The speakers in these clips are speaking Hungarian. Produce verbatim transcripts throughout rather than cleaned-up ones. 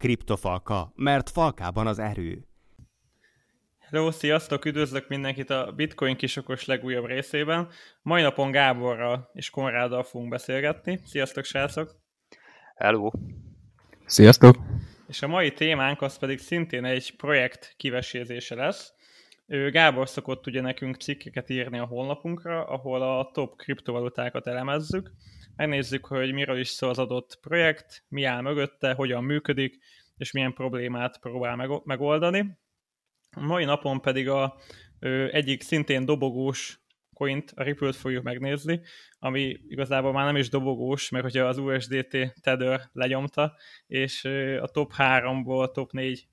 Kriptofalka, mert falkában az erő. Hello, sziasztok! Üdvözlök mindenkit a Bitcoin kisokos legújabb részében. Mai napon Gáborral és Konráddal fogunk beszélgetni. Sziasztok, srácok! Hello! Sziasztok! És a mai témánk az pedig szintén egy projekt kivesézése lesz. Gábor szokott ugye nekünk cikkeket írni a honlapunkra, ahol a top kriptovalutákat elemezzük. Megnézzük, hogy miről is szól az adott projekt, mi áll mögötte, hogyan működik, és milyen problémát próbál megoldani. A mai napon pedig a ö, egyik szintén dobogós coint, a Ripple-t fogjuk megnézni, ami igazából már nem is dobogós, mert hogyha az u es dé té Tether lenyomta, és ö, a top háromból top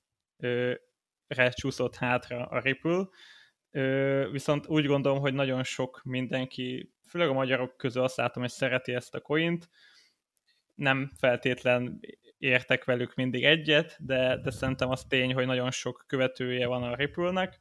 négyre csúszott hátra a Ripple. Ö, viszont úgy gondolom, hogy nagyon sok mindenki, főleg a magyarok közül azt látom, hogy szereti ezt a coint. Nem feltétlen értek velük mindig egyet, de, de szerintem az tény, hogy nagyon sok követője van a Ripple-nek.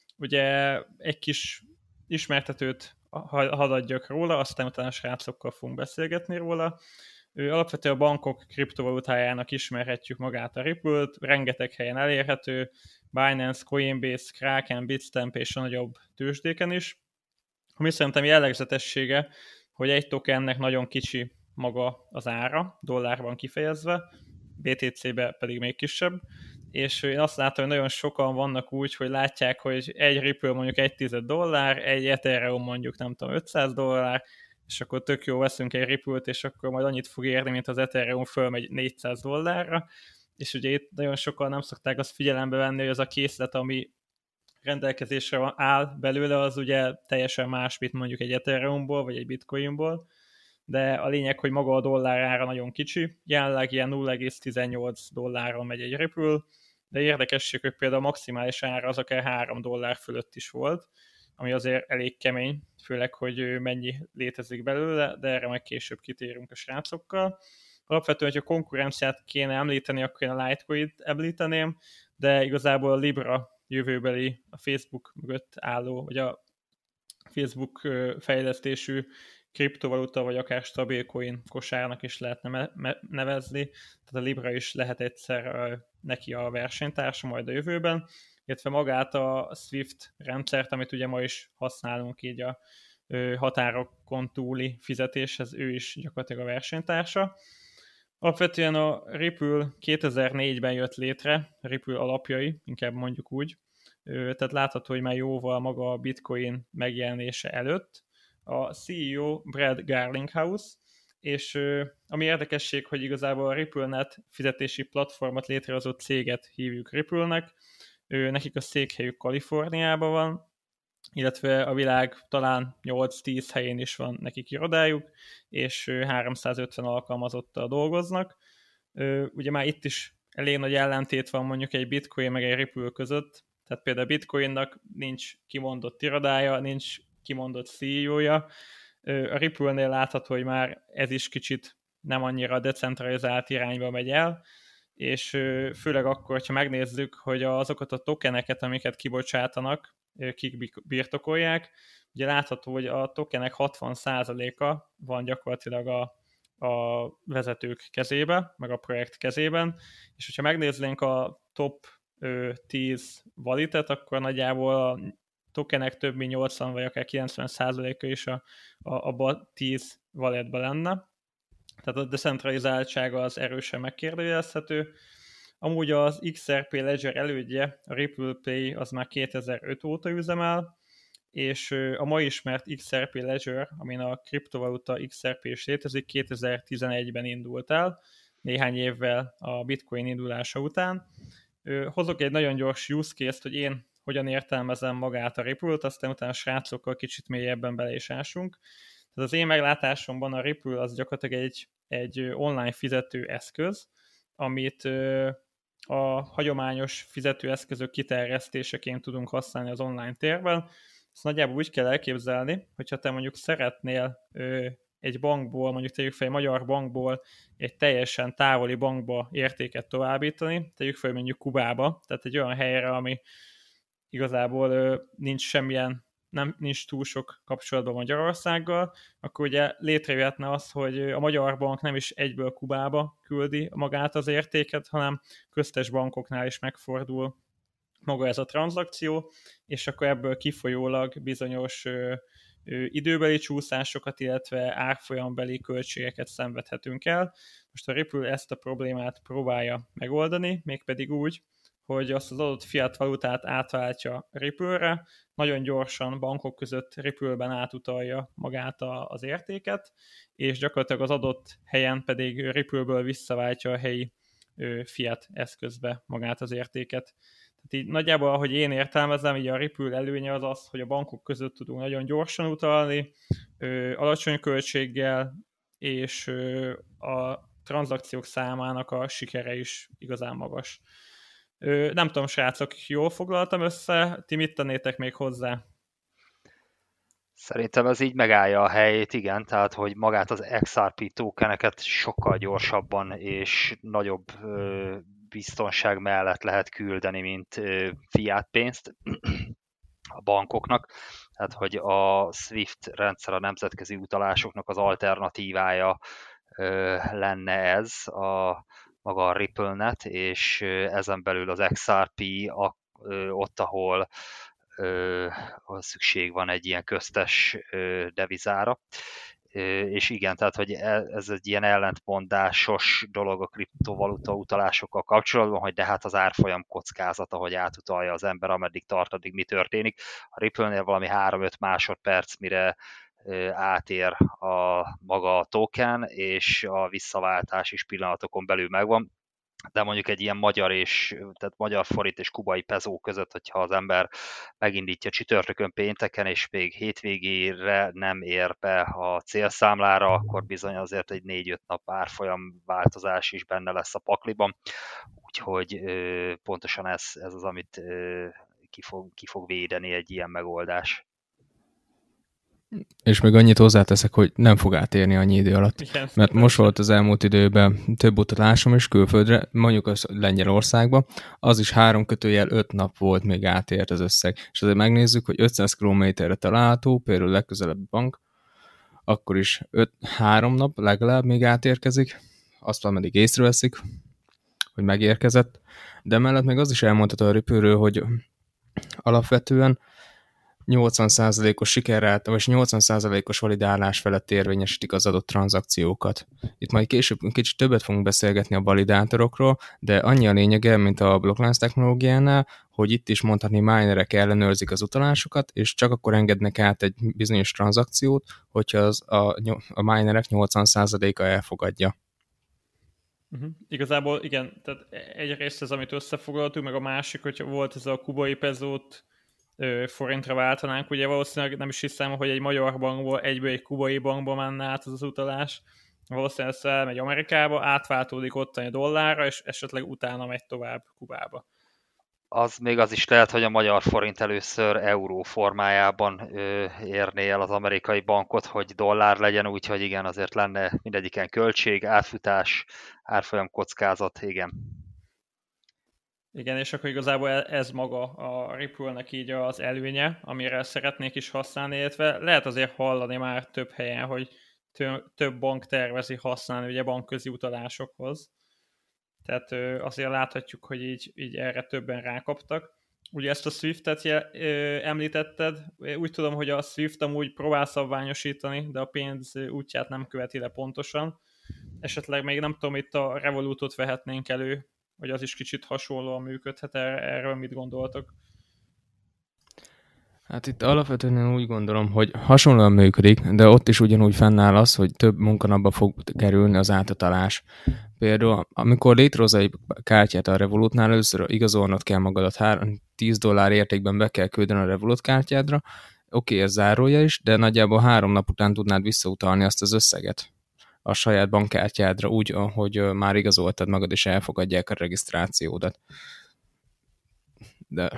Ugye egy kis ismertetőt hadd adjak róla, aztán utána a srácokkal fogunk beszélgetni róla. Ő alapvetően a bankok kriptovalutájának ismerhetjük magát a Ripple-t, rengeteg helyen elérhető, Binance, Coinbase, Kraken, Bitstamp és a nagyobb tőzsdéken is. Ami szerintem jellegzetessége, hogy egy tokennek nagyon kicsi maga az ára, dollárban kifejezve, bé té cé-be pedig még kisebb, és én azt látom, hogy nagyon sokan vannak úgy, hogy látják, hogy egy Ripple mondjuk egy tized dollár, egy Ethereum mondjuk nem tudom ötszáz dollár, és akkor tök jó veszünk egy Ripple-t, és akkor majd annyit fog érni, mint az Ethereum fölmegy négyszáz dollárra, és ugye itt nagyon sokan nem szokták azt figyelembe venni, hogy az a készlet, ami rendelkezésre áll belőle, az ugye teljesen más, mint mondjuk egy Ethereumból, vagy egy Bitcoinból, de a lényeg, hogy maga a dollár ára nagyon kicsi, jelenleg ilyen nulla egész tizennyolc dolláron megy egy Ripple, de érdekesség, hogy például a maximális ára az akár három dollár fölött is volt, ami azért elég kemény, főleg, hogy mennyi létezik belőle, de erre majd később kitérünk a srácokkal. Alapvetően, hogyha konkurenciát kéne említeni, akkor én a Litecoin-t említeném, de igazából a Libra jövőbeli a Facebook mögött álló, vagy a Facebook fejlesztésű kriptovaluta, vagy akár stabilcoin kosárnak is lehetne nevezni, tehát a Libra is lehet egyszer neki a versenytársa majd a jövőben, illetve magát a Swift rendszert, amit ugye ma is használunk így a határokon túli fizetéshez, ő is gyakorlatilag a versenytársa. Alapvetően a Ripple kétezer-négyben jött létre, a Ripple alapjai, inkább mondjuk úgy, tehát látható, hogy már jóval maga a Bitcoin megjelenése előtt. A cé e o Brad Garlinghouse, és ami érdekesség, hogy igazából a RippleNet fizetési platformot létrehozott céget hívjuk Ripple-nek, nekik a székhelyük Kaliforniában van, illetve a világ talán nyolc-tíz helyén is van nekik irodájuk, és háromszázötven alkalmazottal dolgoznak. Ugye már itt is elég nagy ellentét van mondjuk egy Bitcoin meg egy Ripple között, tehát például a Bitcoinnak nincs kimondott irodája, nincs kimondott cé e o-ja. A Ripple-nél látható, hogy már ez is kicsit nem annyira decentralizált irányba megy el, és főleg akkor, ha megnézzük, hogy azokat a tokeneket, amiket kibocsátanak, kik birtokolják, ugye látható, hogy a tokenek hatvan százaléka van gyakorlatilag a, a vezetők kezébe, meg a projekt kezében, és hogyha megnéznénk a top tíz validet, akkor nagyjából a tokenek több mint nyolcvan vagy akár kilencven százaléka is a, a, abban tíz walletben lenne. Tehát a decentralizáltsága az erősen megkérdőjelezhető. Amúgy az iksz er pé Ledger elődje, a Ripple Pay, az már kétezer-öt óta üzemel, és a ma ismert iksz er pé Ledger, amin a kriptovaluta iksz er pé is létezik, kétezer-tizenegyben indult el, néhány évvel a Bitcoin indulása után. Hozok egy nagyon gyors use case-t, hogy én hogyan értelmezem magát a Ripple-t, aztán utána a srácokkal kicsit mélyebben bele is ásunk. Tehát az én meglátásomban a Ripple az gyakorlatilag egy, egy online fizető eszköz, amit a hagyományos fizetőeszközök kiterjesztéseként tudunk használni az online térben. Ezt nagyjából úgy kell elképzelni, hogyha te mondjuk szeretnél egy bankból, mondjuk tegyük fel egy magyar bankból egy teljesen távoli bankba értéket továbbítani, tegyük fel mondjuk Kubába, tehát egy olyan helyre, ami igazából nincs semmilyen nem nincs túl sok kapcsolatban Magyarországgal, akkor ugye létrejöhetne az, hogy a magyar bank nem is egyből Kubába küldi magát az értéket, hanem köztes bankoknál is megfordul maga ez a tranzakció, és akkor ebből kifolyólag bizonyos ö, ö, időbeli csúszásokat, illetve árfolyambeli költségeket szenvedhetünk el. Most a Ripple ezt a problémát próbálja megoldani, mégpedig úgy, hogy azt az adott fiat valutát átváltja Ripple-re, nagyon gyorsan bankok között Ripple-ben átutalja magát a, az értéket, és gyakorlatilag az adott helyen pedig Ripple-ből visszaváltja a helyi ö, fiat eszközbe magát az értéket. Tehát így nagyjából, ahogy én értelmezem, így a Ripple előnye az az, hogy a bankok között tudunk nagyon gyorsan utalni, ö, alacsony költséggel, és ö, a tranzakciók számának a sikere is igazán magas. Ö, nem tudom, srácok, jól foglaltam össze, ti mit tennétek még hozzá? Szerintem ez így megállja a helyét, igen, tehát hogy magát az iksz er pé tokeneket sokkal gyorsabban és nagyobb ö, biztonság mellett lehet küldeni, mint ö, fiat pénzt a bankoknak. Tehát, hogy a SWIFT rendszer a nemzetközi utalásoknak az alternatívája ö, lenne ez, a maga a RippleNet, és ö, ezen belül az iksz er pé a, ö, ott, ahol Ö, szükség van egy ilyen köztes ö, devizára. Ö, és igen, tehát hogy ez egy ilyen ellentmondásos dolog a kriptovaluta utalásokkal kapcsolatban, hogy de hát az árfolyam kockázata, hogy átutalja az ember, ameddig tart, addig mi történik. A Ripple-nél valami három-öt másodperc, mire ö, átér a maga a token, és a visszaváltás is pillanatokon belül megvan. De mondjuk egy ilyen magyar és, tehát magyar forint és kubai pezó között, hogyha az ember megindítja csütörtökön, pénteken, és még hétvégére nem ér be a célszámlára, akkor bizony azért egy négy-öt nap árfolyam változás is benne lesz a pakliban. Úgyhogy pontosan ez, ez az, amit ki fog, ki fog védeni egy ilyen megoldás. És még annyit hozzáteszek, hogy nem fog átérni annyi idő alatt. Igen, Mert most volt az elmúlt időben több utalásom is külföldre, mondjuk az Lengyelországba, az is három kötőjel öt nap volt, még átért az összeg. És azért megnézzük, hogy ötszáz kilométerre található, például legközelebbi bank, akkor is öt, három nap legalább még átérkezik, azt már meddig észreveszik, hogy megérkezett. De mellett még az is elmondható a Ripple-ről, hogy alapvetően nyolcvan százalékos sikerrát, vagy nyolcvan százalékos validálás felett érvényesítik az adott tranzakciókat. Itt majd később kicsit többet fogunk beszélgetni a validátorokról, de annyi a lényege, mint a blokklánc technológiánál, hogy itt is mondhatni minerek ellenőrzik az utalásokat, és csak akkor engednek át egy bizonyos tranzakciót, hogyha az a, a minerek nyolcvan százaléka elfogadja. Uh-huh. Igazából igen, tehát egyrészt ez, amit összefoglaltunk, meg a másik, hogyha volt ez a kubai pezót forintra váltanánk, ugye valószínűleg nem is hiszem, hogy egy magyar bankból egyből egy kubai bankba menne át az, az utalás. Valószínűleg ez elmegy Amerikába, átváltódik ottani dollárra, és esetleg utána megy tovább Kubába. Az még az is lehet, hogy a magyar forint először euró formájában ö, érné el az amerikai bankot, hogy dollár legyen, úgyhogy igen, azért lenne mindegyiken költség, átfutás, árfolyam kockázat, igen. Igen, és akkor igazából ez maga a Ripple-nek így az előnye, amire szeretnék is használni, illetve lehet azért hallani már több helyen, hogy több bank tervezi használni ugye bankközi utalásokhoz. Tehát azért láthatjuk, hogy így, így erre többen rákaptak. Ugye ezt a Swiftet említetted, úgy tudom, hogy a Swift amúgy próbál szabványosítani, de a pénz útját nem követi le pontosan. Esetleg még nem tudom, itt a Revolutot vehetnénk elő, hogy az is kicsit hasonlóan működhet, erről mit gondoltok? Hát itt alapvetően én úgy gondolom, hogy hasonlóan működik, de ott is ugyanúgy fennáll az, hogy több munkanapba fog kerülni az átutalás. Például, amikor létrehoz egy kártyát a Revolutnál, először igazolnod kell magadat, tíz dollár értékben be kell küldeni a Revolut kártyádra, oké, okay, ez zárója is, de nagyjából három nap után tudnád visszautalni azt az összeget a saját bankkártyádra, úgy, hogy már igazoltad magad, és elfogadják a regisztrációdat. De...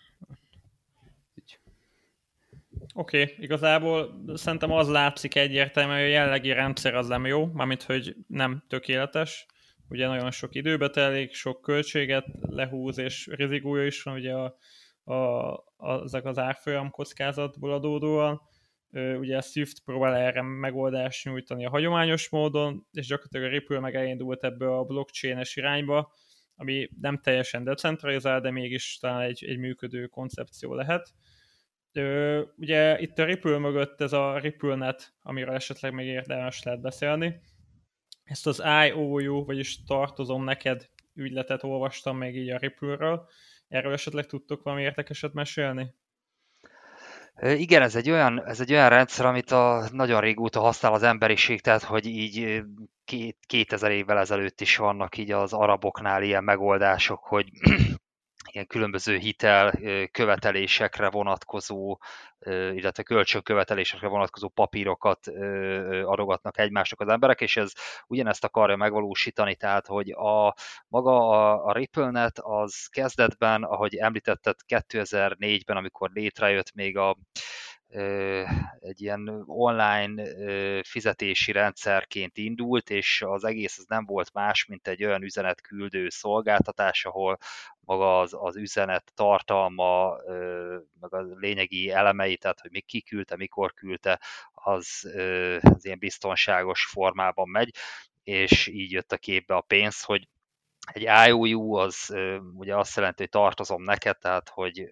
Oké, okay, igazából szerintem az látszik egyértelműen, hogy a jellegi rendszer az nem jó, mármint, hogy nem tökéletes. Ugye nagyon sok időbe telik, sok költséget lehúz, és rizikója is van ugye a, a, a, ezek az árfolyam kockázatból adódóan. Ugye a Swift próbál erre megoldást nyújtani a hagyományos módon, és gyakorlatilag a Ripple meg elindult ebből a blockchain-es irányba, ami nem teljesen decentralizált, de mégis talán egy, egy működő koncepció lehet. Ugye itt a Ripple mögött ez a RippleNet, amiről esetleg még érdemes lehet beszélni. Ezt az I O U, vagyis tartozom neked ügyletet olvastam még így a Ripple-ről. Erről esetleg tudtok valami érdekeset mesélni? Igen, ez egy olyan, ez egy olyan rendszer, amit a, nagyon régóta használ az emberiség, tehát hogy így két, kétezer évvel ezelőtt is vannak így az araboknál ilyen megoldások, hogy ilyen különböző hitel követelésekre vonatkozó, illetve kölcsönkövetelésekre vonatkozó papírokat adogatnak egymásnak az emberek, és ez ugyanezt akarja megvalósítani, tehát hogy a maga a, a RippleNet az kezdetben, ahogy említetted kétezer-négyben, amikor létrejött még a egy ilyen online fizetési rendszerként indult, és az egész az nem volt más, mint egy olyan üzenetküldő szolgáltatás, ahol maga az, az üzenet tartalma, meg a lényegi elemei, tehát hogy még ki küldte, mikor küldte, az, az ilyen biztonságos formában megy, és így jött a képbe a pénz, hogy egy I O U az ugye azt jelenti, hogy tartozom neked, tehát hogy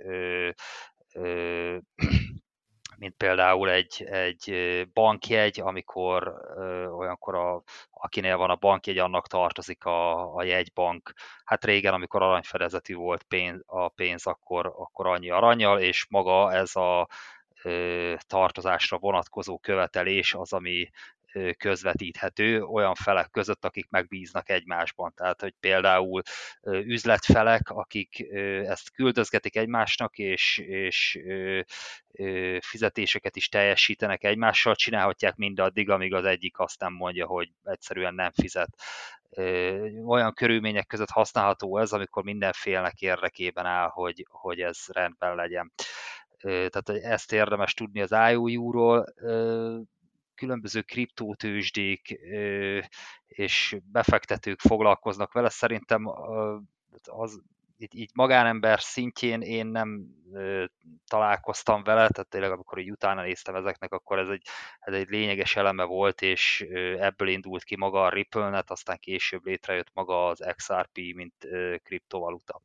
mint például egy, egy bankjegy, amikor ö, olyankor a, akinél van a bankjegy, annak tartozik a, a jegybank. Hát régen, amikor aranyfedezetű volt pénz, a pénz, akkor, akkor annyi arannyal, és maga ez a ö, tartozásra vonatkozó követelés az, ami közvetíthető olyan felek között, akik megbíznak egymásban. Tehát, hogy például üzletfelek, akik ezt küldözgetik egymásnak, és, és fizetéseket is teljesítenek egymással, csinálhatják mindaddig, amíg az egyik azt nem mondja, hogy egyszerűen nem fizet. Olyan körülmények között használható ez, amikor minden félnek érdekében áll, hogy, hogy ez rendben legyen. Tehát ezt érdemes tudni az I O U-ról. Különböző kriptótőzsdék és befektetők foglalkoznak vele. Szerintem az, így, így magánember szintjén én nem találkoztam vele, tehát tényleg amikor így utána néztem ezeknek, akkor ez egy, ez egy lényeges eleme volt, és ebből indult ki maga a RippleNet, aztán később létrejött maga az X R P, mint kriptovaluta.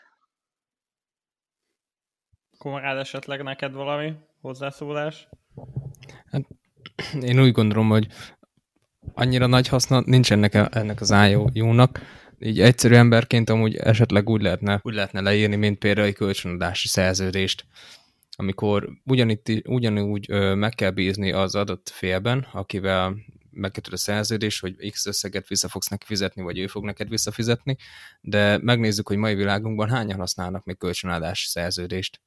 Konrád, esetleg neked valami hozzászólás? Hát, én úgy gondolom, hogy annyira nagy haszna nincs ennek, a, ennek az I O U-nak. Így egyszerű emberként amúgy esetleg úgy lehetne, úgy lehetne leírni, mint például egy kölcsönadási szerződést, amikor ugyanitt, ugyanúgy ö, meg kell bízni az adott félben, akivel megkötött a szerződés, hogy X összeget vissza fogsz neki fizetni, vagy ő fog neked visszafizetni, de megnézzük, hogy mai világunkban hányan használnak még kölcsönadási szerződést.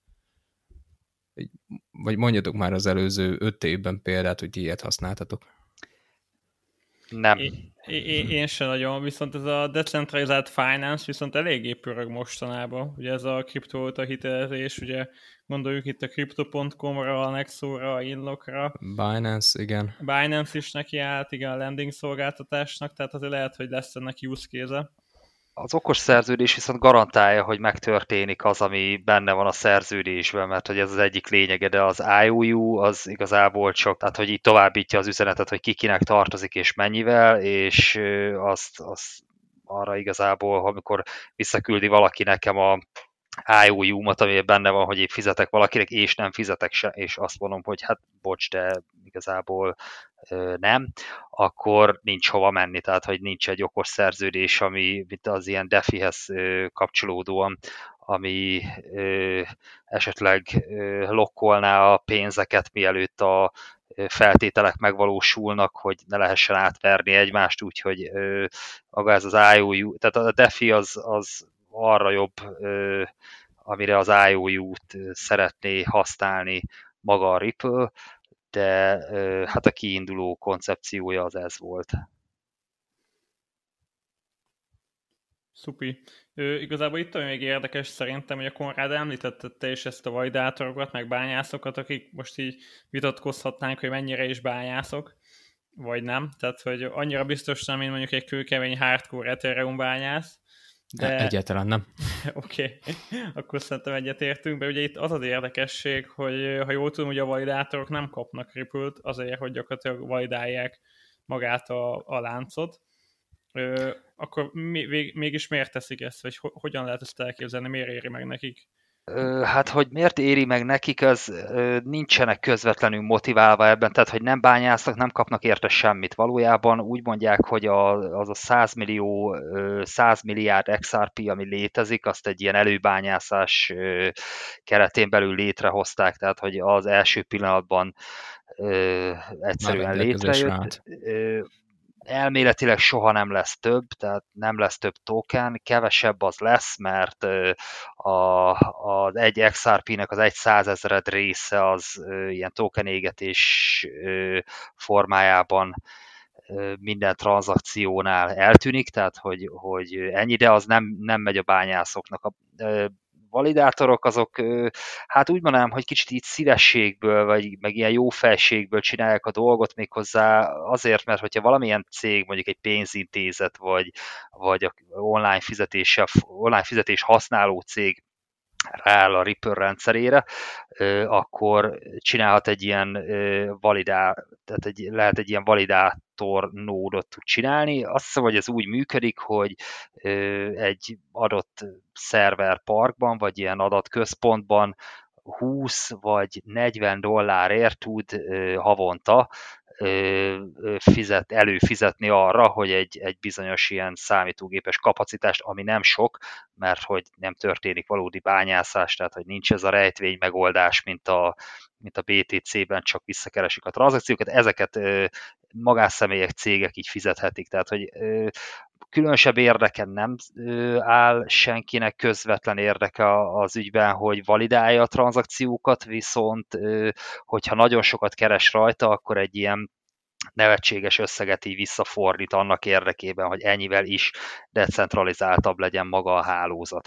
Vagy mondjatok már az előző öt évben példát, hogy ilyet használtatok. Nem. Én, én, én sem nagyon, viszont ez a decentralizált finance viszont eléggé pörög mostanában. Ugye ez a kriptovaluta hitelezés, ugye gondoljuk itt a crypto pont com-ra, a Nexo-ra, a Inlockra. Binance, igen. Binance is neki állt, igen, a lending szolgáltatásnak, tehát azért lehet, hogy lesz ennek use case-e. Az okos szerződés viszont garantálja, hogy megtörténik az, ami benne van a szerződésben, mert hogy ez az egyik lényege, de az I O U az igazából csak, tehát hogy így továbbítja az üzenetet, hogy ki kinek tartozik és mennyivel, és azt, azt arra igazából, amikor visszaküldi valaki nekem a I O U-mat, ami benne van, hogy én fizetek valakinek, és nem fizetek se, és azt mondom, hogy hát bocs, de igazából nem, akkor nincs hova menni, tehát hogy nincs egy okos szerződés, ami mint az ilyen defihez kapcsolódóan, ami esetleg lokkolná a pénzeket, mielőtt a feltételek megvalósulnak, hogy ne lehessen átverni egymást, úgyhogy maga ez az I O U, tehát a defi az, az arra jobb, amire az I O U-t szeretné használni maga a Ripple, de hát a kiinduló koncepciója az ez volt. Szupi. Ö, igazából itt ami még érdekes szerintem, hogy a Konrád említette te is ezt a validátorokat, meg bányászokat, akik most így vitatkozhatnánk, hogy mennyire is bányászok, vagy nem. Tehát, hogy annyira biztos nem, mint mondjuk egy kőkemény hardcore Ethereum bányász, De... Egyáltalán nem. Oké, okay. Akkor szerintem egyetértünk, de ugye itt az az érdekesség, hogy ha jól tudom, hogy a validátorok nem kapnak Ripple-t azért, hogy gyakorlatilag validálják magát a, a láncot. Ö, akkor mi, mégis miért teszik ezt, vagy ho, hogyan lehet ezt elképzelni, miért éri meg nekik? Hát, hogy miért éri meg nekik, az nincsenek közvetlenül motiválva ebben, tehát, hogy nem bányásznak, nem kapnak érte semmit. Valójában úgy mondják, hogy a, az a száz millió, száz milliárd iksz er pé, ami létezik, azt egy ilyen előbányászás keretén belül létrehozták, tehát, hogy az első pillanatban egyszerűen létrejött. Elméletileg soha nem lesz több, tehát nem lesz több token, kevesebb az lesz, mert a, az egy iksz er pé-nek az egy százezred része az ilyen token égetés formájában minden tranzakciónál eltűnik, tehát hogy, hogy ennyi, de az nem, nem megy a bányászoknak. A validátorok azok, hát úgy mondanám, hogy kicsit így szívességből, vagy meg ilyen jó felségből csinálják a dolgot, méghozzá azért, mert hogyha valamilyen cég, mondjuk egy pénzintézet, vagy, vagy a online, fizetése, online fizetés használó cég rááll a Ripple rendszerére, akkor csinálhat egy ilyen validá, tehát egy, lehet egy ilyen validátor nódot tud csinálni. Azt hiszem, hogy ez úgy működik, hogy egy adott szerverparkban, vagy ilyen adatközpontban húsz vagy negyven dollárért tud havonta fizet, előfizetni arra, hogy egy, egy bizonyos ilyen számítógépes kapacitást, ami nem sok, mert hogy nem történik valódi bányászás, tehát hogy nincs ez a rejtvény megoldás, mint a, mint a bé té cé-ben, csak visszakeresik a tranzakciókat, ezeket magánszemélyek, cégek így fizethetik, tehát hogy különösebb érdeken nem áll senkinek közvetlen érdeke az ügyben, hogy validálja a tranzakciókat, viszont hogyha nagyon sokat keres rajta, akkor egy ilyen nevetséges összeget így visszafordít annak érdekében, hogy ennyivel is decentralizáltabb legyen maga a hálózat.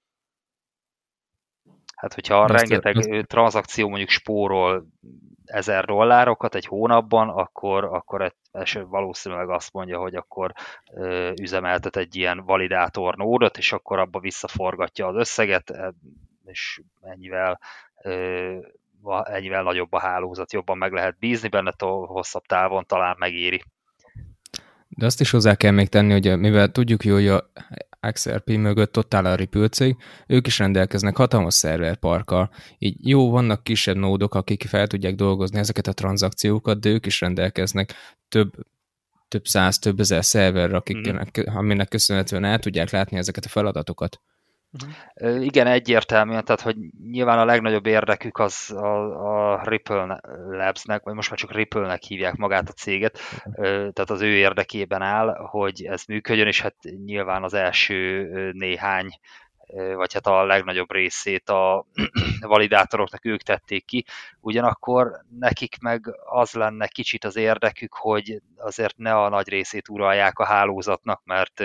Hát, hogyha ezt rengeteg ezt... tranzakció mondjuk spórol ezer dollárokat egy hónapban, akkor, akkor ez valószínűleg azt mondja, hogy akkor ö, üzemeltet egy ilyen validátor nódot, és akkor abba visszaforgatja az összeget, és ennyivel, ö, ennyivel nagyobb a hálózat, jobban meg lehet bízni benne, hosszabb távon talán megéri. De azt is hozzá kell még tenni, hogy mivel tudjuk jó, hogy a iksz er pé mögött ott áll a Ripple cég, ők is rendelkeznek hatalmas szerverparkkal. Így jó, vannak kisebb nódok, akik fel tudják dolgozni ezeket a tranzakciókat, de ők is rendelkeznek több, több száz, több ezer szerverre, akiknek, mm. aminek köszönhetően el tudják látni ezeket a feladatokat. Uh-huh. Igen, egyértelműen, tehát hogy nyilván a legnagyobb érdekük az a, a Ripple Labsnek, vagy most már csak Ripple-nek hívják magát a céget, tehát az ő érdekében áll, hogy ez működjön, és hát nyilván az első néhány, vagy hát a legnagyobb részét a validátoroknak ők tették ki, ugyanakkor nekik meg az lenne kicsit az érdekük, hogy azért ne a nagy részét uralják a hálózatnak, mert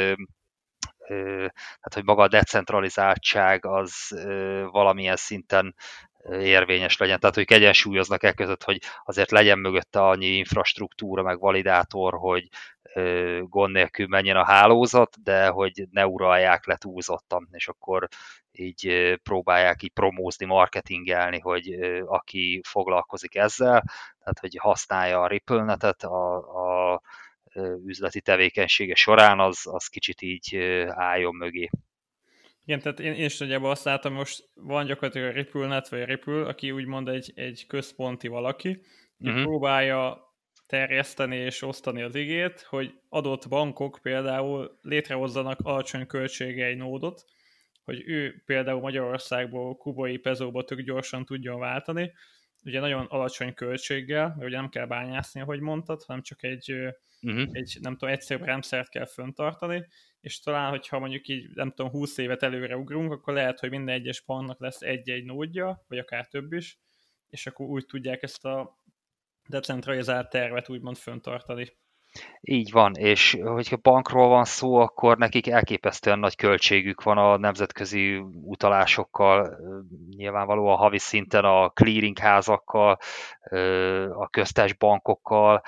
tehát, hogy maga a decentralizáltság az valamilyen szinten érvényes legyen. Tehát, hogy egyensúlyoznak e között, hogy azért legyen mögötte annyi infrastruktúra, meg validátor, hogy gond nélkül menjen a hálózat, de hogy ne uralják le túlzottan, és akkor így próbálják így promózni, marketingelni, hogy aki foglalkozik ezzel, tehát, hogy használja a RippleNet-et, a, a üzleti tevékenysége során, az, az kicsit így álljon mögé. Igen, tehát én, én is nagyjából azt látom, most van gyakorlatilag a RippleNet, vagy a Ripple, aki úgymond egy, egy központi valaki, aki uh-huh. próbálja terjeszteni és osztani az igét, hogy adott bankok például létrehozzanak alacsony költsége egy nódot, hogy ő például Magyarországból kubai pezóba tök gyorsan tudjon váltani, ugye nagyon alacsony költséggel, mert ugye nem kell bányászni, ahogy mondtad, hanem csak egy, uh-huh. egy nem tudom, egyszerűbb rendszert kell fenntartani, és talán, hogyha mondjuk így, nem tudom, húsz évet előre ugrunk, akkor lehet, hogy minden egyes banknak lesz egy-egy nódja, vagy akár több is, és akkor úgy tudják ezt a decentralizált tervet úgymond fenntartani. Így van, és hogyha bankról van szó, akkor nekik elképesztően nagy költségük van a nemzetközi utalásokkal, nyilvánvalóan havi szinten a clearingházakkal, a köztes bankokkal,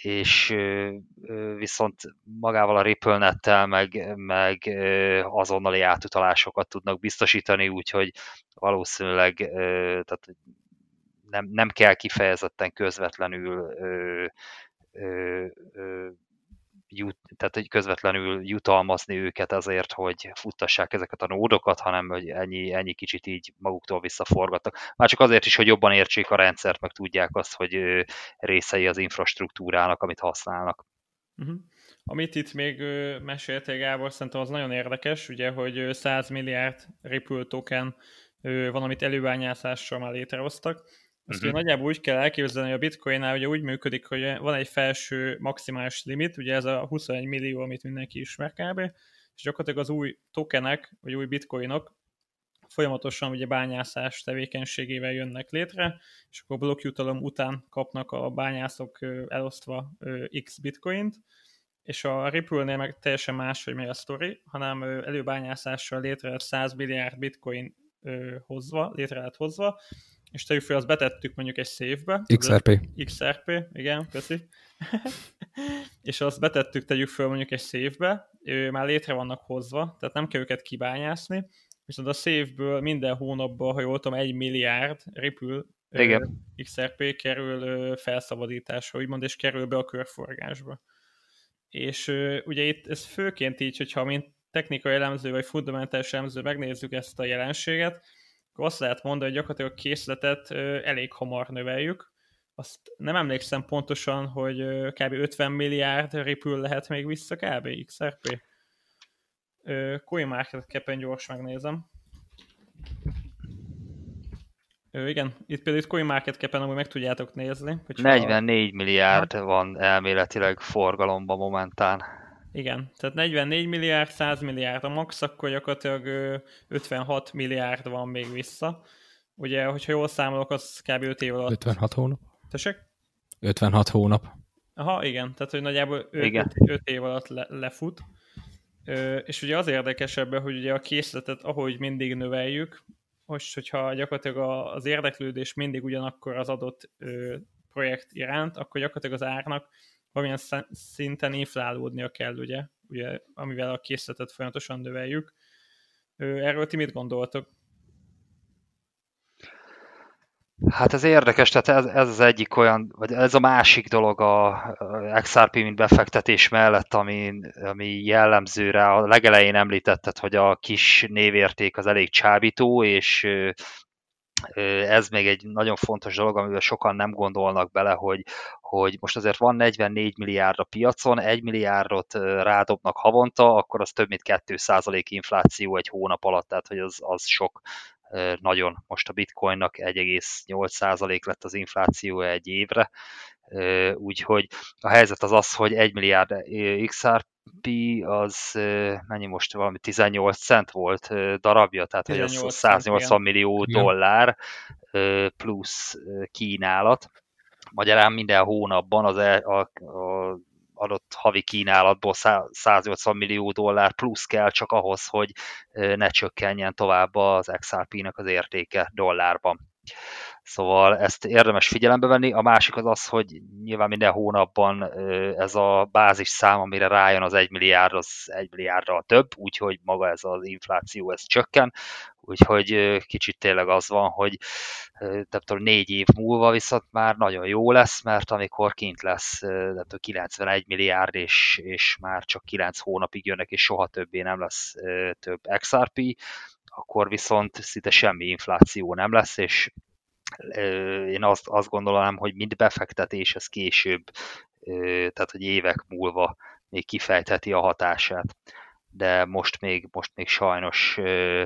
és viszont magával a RippleNet-tel meg, meg azonnali átutalásokat tudnak biztosítani, úgyhogy valószínűleg tehát nem, nem kell kifejezetten közvetlenül ö, ö, ö, jut, tehát hogy közvetlenül jutalmazni őket azért, hogy futtassák ezeket a nódokat, hanem hogy ennyi, ennyi kicsit így maguktól visszaforgattak. Már csak azért is, hogy jobban értsék a rendszert, meg tudják azt, hogy részei az infrastruktúrának, amit használnak. Uh-huh. Amit itt még ö, meséltél, Gábor, szerintem az nagyon érdekes, ugye, hogy száz milliárd Ripple token ö, van, amit előbányászással már létrehoztak. Azt uh-huh. nagyjából úgy kell elképzelni, hogy a Bitcoinnál ugye úgy működik, hogy van egy felső maximális limit, ugye ez a huszonegy millió, amit mindenki ismer kb. És gyakorlatilag az új tokenek, vagy új bitcoinok folyamatosan ugye bányászás tevékenységével jönnek létre, és akkor blokkjutalom után kapnak a bányászok elosztva X bitcoint, és a Ripple-nél meg teljesen más, hogy mi a sztori, hanem előbányászással létre lett száz milliárd bitcoin hozva, létre lett hozva, és tegyük fel, azt betettük mondjuk egy safe-be. iksz er pé. iksz er pé, igen, köszi. És azt betettük, tegyük fel mondjuk egy safe-be, ő már létre vannak hozva, tehát nem kell őket kibányászni, viszont a safe-ből minden hónapban, ha jól tudom, egy milliárd Ripple ö, iksz er pé kerül ö, felszabadításra, úgymond, és kerül be a körforgásba. És ö, ugye itt ez főként így, hogyha mint technikai elemző vagy fundamentális elemző megnézzük ezt a jelenséget, akkor azt lehet mondani, hogy gyakorlatilag a készletet ö, elég hamar növeljük. Azt nem emlékszem pontosan, hogy ö, kb. ötven milliárd Ripple lehet még vissza kb. iksz er pé. CoinMarketCap-en gyors megnézem. Ö, igen, itt például itt CoinMarketCap-en amúgy meg tudjátok nézni. negyvennégy milliárd van elméletileg forgalomban momentán. Igen, tehát negyvennégy milliárd, száz milliárd a max, akkor gyakorlatilag ötvenhat milliárd van még vissza. Ugye, hogyha jól számolok, az kb. öt év alatt. ötvenhat hónap. Tessék? ötvenhat hónap. Aha, igen, tehát hogy nagyjából öt év alatt le, lefut. Ö, és ugye az érdekesebb, hogy ugye a készletet ahogy mindig növeljük, most, hogyha gyakorlatilag az érdeklődés mindig ugyanakkor az adott ö, projekt iránt, akkor gyakorlatilag az árnak valamilyen szinten inflálódnia kell, ugye, ugye amivel a készletet folyamatosan növeljük. Ö, erről ti mit gondoltok? Hát ez érdekes, tehát ez, ez az egyik olyan, vagy ez a másik dolog a iksz er pé, mint befektetés mellett, ami, ami jellemző rá. A legelején említetted, hogy a kis névérték az elég csábító, és ez még egy nagyon fontos dolog, amivel sokan nem gondolnak bele, hogy, hogy most azért van negyvennégy milliárd a piacon, egy milliárdot rádobnak havonta, akkor az több mint két százalék infláció egy hónap alatt, tehát hogy az, az sok. Nagyon. Most a bitcoinnak egy egész nyolc százalék lett az infláció egy évre, úgyhogy a helyzet az az, hogy egy milliárd iksz er pé az mennyi most, valami tizennyolc cent volt darabja, tehát hogy az száznyolcvan millió dollár plusz kínálat. Magyarán minden hónapban az a, a, a adott havi kínálatból száznyolcvan millió dollár plusz kell csak ahhoz, hogy ne csökkenjen tovább az iksz er pé-nek az értéke dollárban. Szóval ezt érdemes figyelembe venni. A másik az az, hogy nyilván minden hónapban ez a bázis szám, amire rájön az egy milliárd, az egy milliárddal több, úgyhogy maga ez az infláció, ez csökken. Úgyhogy kicsit tényleg az van, hogy nem tudom, négy év múlva viszont már nagyon jó lesz, mert amikor kint lesz nem tudom, kilencvenegy milliárd, és, és már csak kilenc hónapig jönnek, és soha többé nem lesz több iksz er pé, akkor viszont szinte semmi infláció nem lesz, és én azt, azt gondolom, hogy mind befektetés, ez később, tehát hogy évek múlva még kifejtheti a hatását. De most még, most még sajnos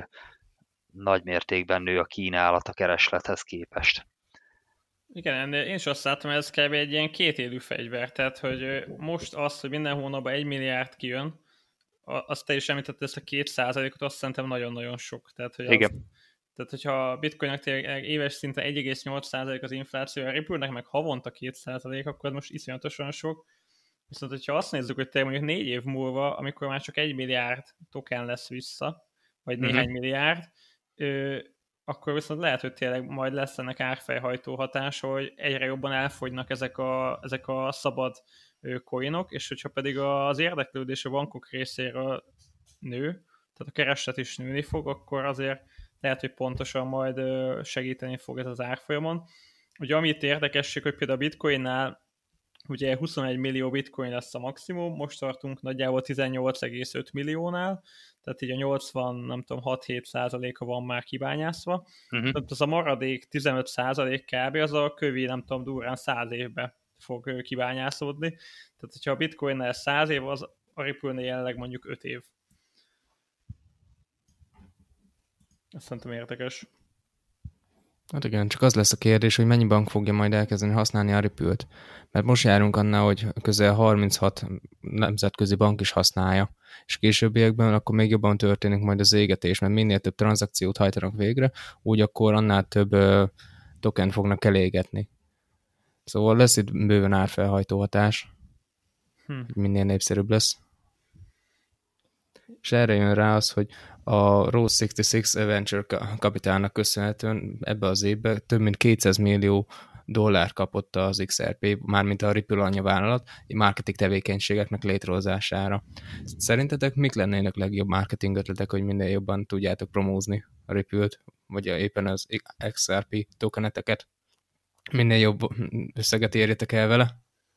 nagy mértékben nő a kínálat a kereslethez képest. Igen, én is azt látom, hogy ez kb. Egy ilyen kétélű fegyver, tehát hogy most az, hogy minden hónapban egy milliárd kijön, azt te is említett, ezt a két százalékot, azt szerintem nagyon-nagyon sok. Tehát, hogy igen. Az, tehát, hogyha a bitcoinnak tényleg éves szinten egy egész nyolc százalék az infláció, a Ripple-nek meg havonta két százalék, akkor most iszonyatosan sok. Viszont, hogyha azt nézzük, hogy te mondjuk négy év múlva, amikor már csak egy milliárd token lesz vissza, vagy néhány uh-huh. milliárd, ö, akkor viszont lehet, hogy tényleg majd lesz ennek árfejhajtó hatása, hogy egyre jobban elfogynak ezek a, ezek a szabad coinok, és hogyha pedig az érdeklődés a bankok részéről nő, tehát a kereslet is nőni fog, akkor azért lehet, hogy pontosan majd segíteni fog ez az árfolyamon. Ugye amit érdekesség, hogy például a bitcoinnál ugye huszonegy millió bitcoin lesz a maximum, most tartunk nagyjából tizennyolc egész öt milliónál, tehát így a nyolcvan, nem tudom, hat-hét százaléka van már kibányászva. Uh-huh. Tehát az a maradék tizenöt százalék kb. Az a kövi, nem tudom, durrán száz évbe fog kibányászódni. Tehát, hogyha a bitcoinnál száz év, az a Ripple-nél jelenleg mondjuk öt év. Ezt szerintem érdekes. Hát igen, csak az lesz a kérdés, hogy mennyi bank fogja majd elkezdeni használni a Ripple-t. Mert most járunk annál, hogy közel harminchat nemzetközi bank is használja, és későbbiekben akkor még jobban történik majd az égetés, mert minél több tranzakciót hajtanak végre, úgy akkor annál több uh, token fognak elégetni. Szóval lesz itt bőven árfelhajtó hatás, hm. minél népszerűbb lesz. És erre jön rá az, hogy a Rose hatszázhatvanhat Venture Capitalnak köszönhetően ebbe az évben több mint kétszáz millió dollár kapott az iksz er pé, mármint a Ripple anyavállalat, marketing tevékenységeknek létrehozására. Szerintetek mik lennének legjobb marketing ötletek, hogy minél jobban tudjátok promózni a Ripple-t, vagy éppen az iksz er pé tokeneteket? Minél jobb összeget érjetek el vele?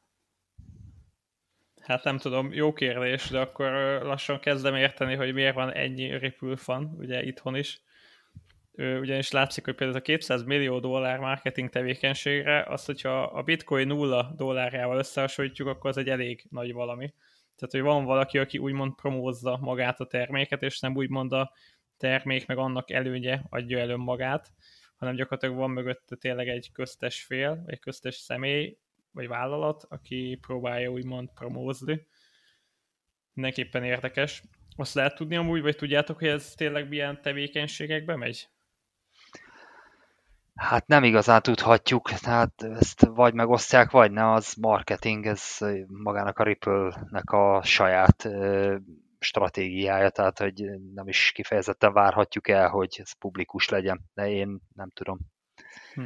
Hát nem tudom, jó kérdés, de akkor lassan kezdem érteni, hogy miért van ennyi Ripple fan, ugye itthon is. Ugyanis látszik, hogy például a kétszáz millió dollár marketing tevékenységre, azt, hogyha a bitcoin nulla dollárjával összehasonlítjuk, akkor az egy elég nagy valami. Tehát, hogy van valaki, aki úgymond promózza magát a terméket, és nem úgymond a termék meg annak előnye adja el önmagát, hanem gyakorlatilag van mögötte tényleg egy köztes fél, egy köztes személy, vagy vállalat, aki próbálja úgymond promózni. Mindenképpen érdekes. Azt lehet tudni amúgy, vagy tudjátok, hogy ez tényleg milyen tevékenységekbe megy? Hát nem igazán tudhatjuk, tehát ezt vagy megosztják, vagy ne, az marketing, ez magának a Ripple-nek a saját ö, stratégiája, tehát hogy nem is kifejezetten várhatjuk el, hogy ez publikus legyen, de én nem tudom. Hm.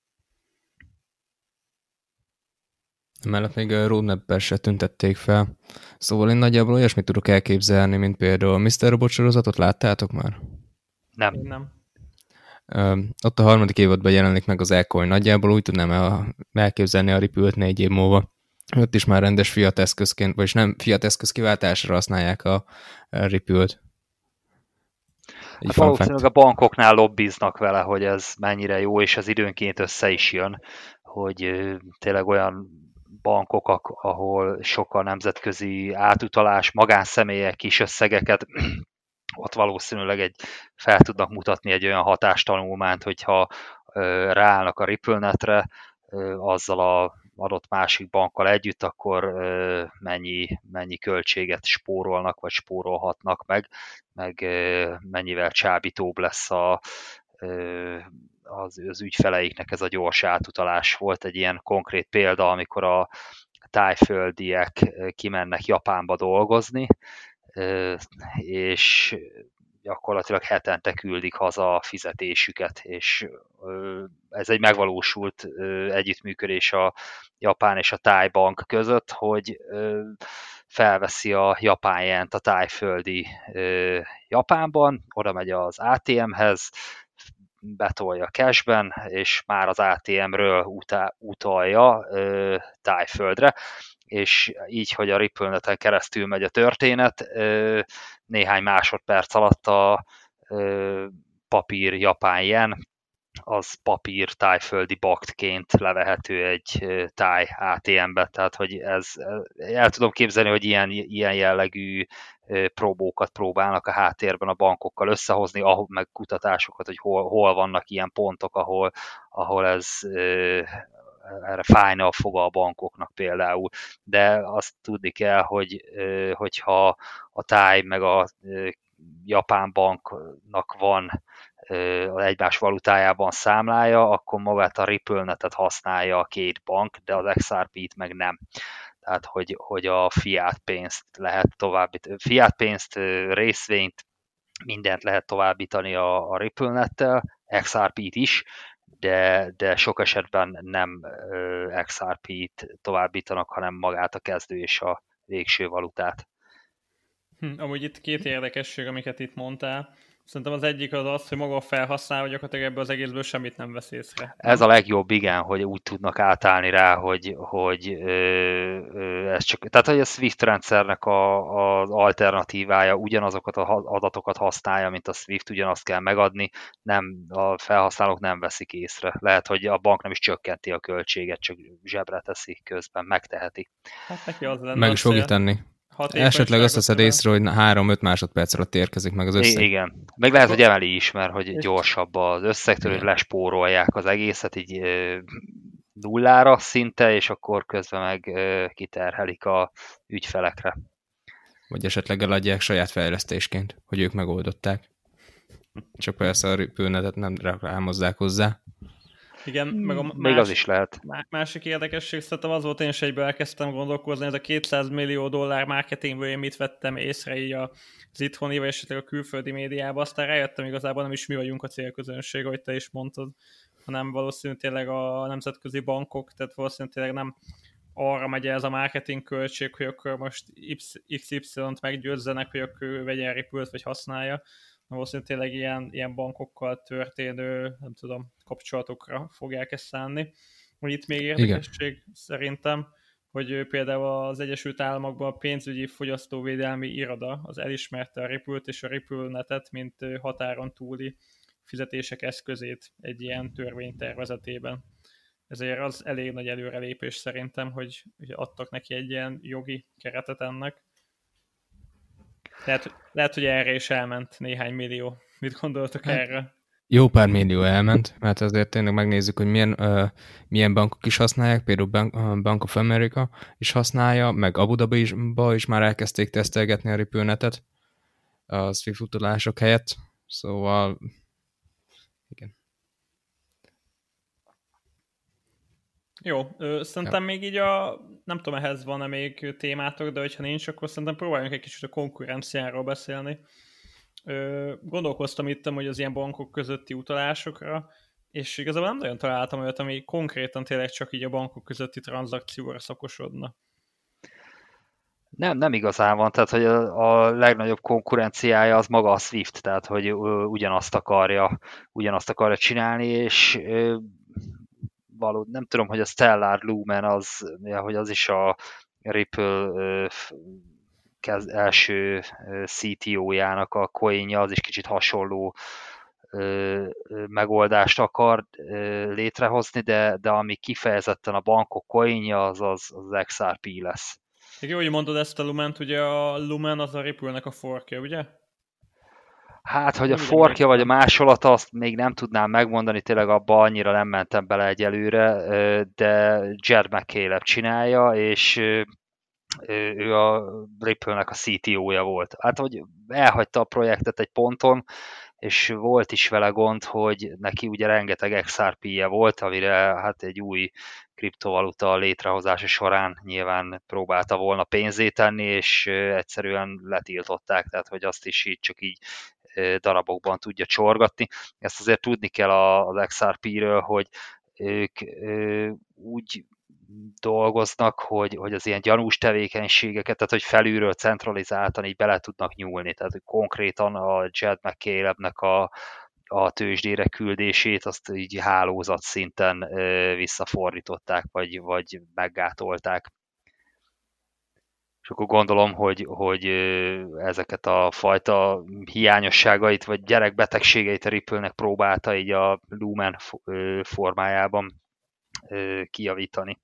Mellett még a roadmap-ben se tüntették fel. Szóval én nagyjából olyasmit tudok elképzelni, mint például a miszter Robot sorozatot láttátok már? Nem. Én nem. Uh, ott a harmadik évadban jelenik meg az Ecoin. Nagyjából úgy tudnám el, elképzelni a Ripple-t négy év múlva. Ott is már rendes fiat eszközként, vagyis nem fiat eszköz kiváltásra használják a, a Ripple-t. Hát valószínűleg a bankoknál lobbiznak vele, hogy ez mennyire jó, és ez időnként össze is jön, hogy tényleg olyan bankok, ahol sokkal nemzetközi átutalás, magánszemélyek kis összegeket, ott valószínűleg egy, fel tudnak mutatni egy olyan hatástanulmányt, hogyha ráállnak a RippleNetre, azzal a adott másik bankkal együtt, akkor mennyi, mennyi költséget spórolnak, vagy spórolhatnak meg, meg mennyivel csábítóbb lesz a, az, az ügyfeleiknek ez a gyors átutalás. Volt egy ilyen konkrét példa, amikor a tájföldiek kimennek Japánba dolgozni, és gyakorlatilag hetente küldik haza a fizetésüket, és ez egy megvalósult együttműködés a japán és a táj bank között, hogy felveszi a japán jent a tájföldi Japánban, oda megy az á té emhez, betolja cashben, és már az á té emről utá, utalja tájföldre, és így, hogy a RippleNeten keresztül megy a történet, néhány másodperc alatt a papír japán jen, az papír tájföldi baktként levehető egy táj á té embe, tehát hogy ez, el tudom képzelni, hogy ilyen, ilyen jellegű próbókat próbálnak a háttérben a bankokkal összehozni, ahol meg kutatásokat, hogy hol, hol vannak ilyen pontok, ahol, ahol ez erre fájna a foga a bankoknak például. De azt tudni kell, hogy hogyha a táj meg a japán banknak van az egymás valutájában számlája, akkor magát a RippleNetet használja a két bank, de az iksz er pé-t meg nem. Tehát, hogy, hogy a fiat pénzt lehet továbbítani, fiat pénzt, részvényt, mindent lehet továbbítani a, a RippleNettel, iksz er pé-t is, de, de sok esetben nem iksz er pé-t továbbítanak, hanem magát a kezdő és a végső valutát. Hm, amúgy itt két érdekesség, amiket itt mondtál. Szerintem az egyik az az, hogy maga a felhasználó gyakorlatilag ebből az egészből semmit nem vesz észre. Ez a legjobb, igen, hogy úgy tudnak átállni rá, hogy, hogy ö, ö, ez csak, tehát hogy a Swift rendszernek a, az alternatívája ugyanazokat az adatokat használja, mint a Swift, ugyanazt kell megadni, nem, a felhasználók nem veszik észre. Lehet, hogy a bank nem is csökkenti a költséget, csak zsebre teszi közben, megteheti. Hát neki az lenne Meg is fogja tenni. Esetleg azt veszed észre, hogy három-öt másodperc alatt érkezik meg az összeg. Igen. Meg lehet, hogy emeli is, mert hogy gyorsabb az összegtől, hogy lespórolják az egészet így nullára szinte, és akkor közben meg kiterhelik a ügyfelekre. Vagy esetleg eladják saját fejlesztésként, hogy ők megoldották. Csak persze a ripőnetet nem rámozzák hozzá. Igen, meg a Még más, az is lehet. Másik érdekesség szerintem az volt, én is egyből elkezdtem gondolkozni, ez a kétszáz millió dollár marketingből én mit vettem észre így az itthoni, vagy esetleg a külföldi médiában, aztán rájöttem igazából nem is mi vagyunk a célközönség, ahogy te is mondtad, hanem valószínűleg tényleg a nemzetközi bankok, tehát valószínűleg tényleg nem arra megy ez a marketing költség, hogy akkor most iksz ipszilont meggyőzzenek, hogy akkor ő vegyen repült, vagy használja. Valószínűleg tényleg ilyen, ilyen bankokkal történő, nem tudom, kapcsolatokra fogják ezt szánni. Hogy itt még érdekesség Igen. szerintem, hogy például az Egyesült Államokban a pénzügyi fogyasztóvédelmi iroda az elismerte a Ripple-t és a Ripple-netet, mint határon túli fizetések eszközét egy ilyen törvénytervezetében. Ezért az elég nagy előrelépés szerintem, hogy, hogy adtak neki egy ilyen jogi keretet ennek. Lehet, lehet, hogy erre is elment néhány millió. Mit gondoltok hát, erre? Jó pár millió elment, mert azért tényleg megnézzük, hogy milyen, uh, milyen bankok is használják, például Bank, uh, Bank of America is használja, meg Abu Dhabi is, is már elkezdték tesztelgetni a Ripple-netet a Swift utalások helyett, szóval igen. Jó, ö, szerintem ja. még így a, nem tudom, ehhez van-e még témátok, de hogyha nincs, akkor szerintem próbáljunk egy kicsit a konkurenciáról beszélni. Ö, gondolkoztam itt, hogy az ilyen bankok közötti utalásokra, és igazából nem nagyon találtam olyat, ami konkrétan tényleg csak így a bankok közötti tranzakcióra szakosodna. Nem, nem igazán van, tehát hogy a, a legnagyobb konkurenciája az maga a Swift, tehát hogy ugyanazt akarja, ugyanazt akarja csinálni, és való, nem tudom, hogy a Stellar Lumen az, hogy az is a Ripple kezd, első cé té ó-jának a coinja, az is kicsit hasonló megoldást akar létrehozni, de, de ami kifejezetten a bankok coinja, az az, az iksz er pé lesz. Jó, hogy mondod ezt a Lument, ugye a Lumen az a Ripple-nek a forkja, ugye? Hát, hogy a forkja vagy a másolata, azt még nem tudnám megmondani, tényleg abba annyira nem mentem bele egyelőre, de Jed McCaleb csinálja, és ő a Ripple-nek a cé té ó-ja volt. Hát, hogy elhagyta a projektet egy ponton, és volt is vele gond, hogy neki ugye rengeteg iksz er pé-je volt, amire hát egy új kriptovaluta létrehozása során nyilván próbálta volna pénzét tenni, és egyszerűen letiltották, tehát hogy azt is így csak így darabokban tudja csorgatni. Ezt azért tudni kell az iksz er pé-ről, hogy ők úgy dolgoznak, hogy, hogy az ilyen gyanús tevékenységeket, tehát hogy felülről centralizáltan így bele tudnak nyúlni. Tehát hogy konkrétan a Jed McCalebnek a, a tőzsdére küldését azt így hálózat szinten visszafordították, vagy, vagy meggátolták. És akkor gondolom, hogy, hogy ezeket a fajta hiányosságait, vagy gyerekbetegségeit a Ripple-nek próbálta így a Lumen formájában kijavítani.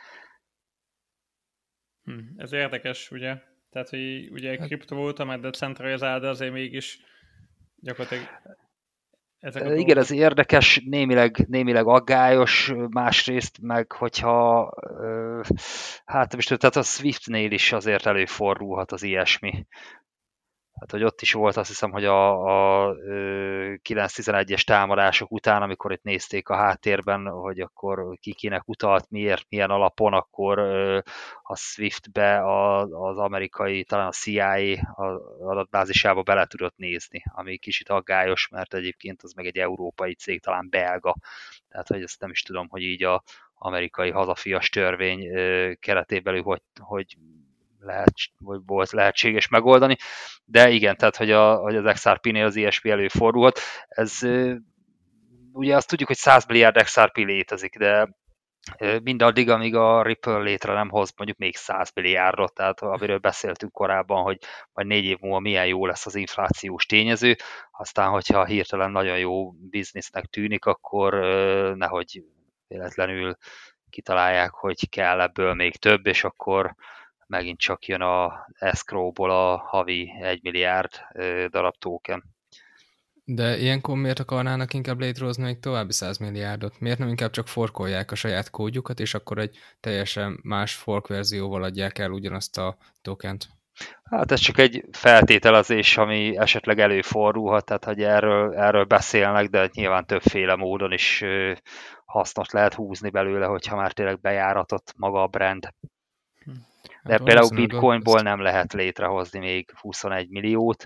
Hm, ez érdekes, ugye? Tehát, hogy ugye kriptovaluta, mert decentralizált, de azért mégis gyakorlatilag ezek a Igen, dolgok... ez érdekes, némileg, némileg aggályos, másrészt meg, hogyha hát most tehát a Swiftnél is azért előfordulhat az ilyesmi. Hát, hogy ott is volt, azt hiszem, hogy a, a kilenc tizenegyes támadások után, amikor itt nézték a háttérben, hogy akkor ki kinek utalt, miért, milyen alapon, akkor a Swift-be az amerikai, talán a C I A adatbázisába bele tudott nézni, ami kicsit aggályos, mert egyébként az meg egy európai cég, talán belga. Tehát, hogy ezt nem is tudom, hogy így az amerikai hazafias törvény keretében belül, hogy, hogy lehet, vagy volt lehetséges megoldani, de igen, tehát hogy, a, hogy az X R P-nél az I S P előfordulhat. Ez ugye azt tudjuk, hogy száz milliárd X R P létezik, de mindaddig, amíg a Ripple létre nem hoz mondjuk még száz milliárdot, tehát amiről beszéltünk korábban, hogy majd négy év múlva milyen jó lesz az inflációs tényező, aztán, hogyha hirtelen nagyon jó biznisznek tűnik, akkor nehogy véletlenül kitalálják, hogy kell ebből még több, és akkor megint csak jön a escrow-ból a havi egy milliárd darab token. De ilyenkor miért akarnának inkább létrehozni még további száz milliárdot? Miért nem inkább csak forkolják a saját kódjukat, és akkor egy teljesen más fork verzióval adják el ugyanazt a tokent? Hát ez csak egy feltételezés, ami esetleg előfordulhat, tehát hogy erről, erről beszélnek, de nyilván többféle módon is hasznot lehet húzni belőle, hogyha már tényleg bejáratott maga a brand. De hát például Bitcoinból nem lehet létrehozni még huszonegy milliót,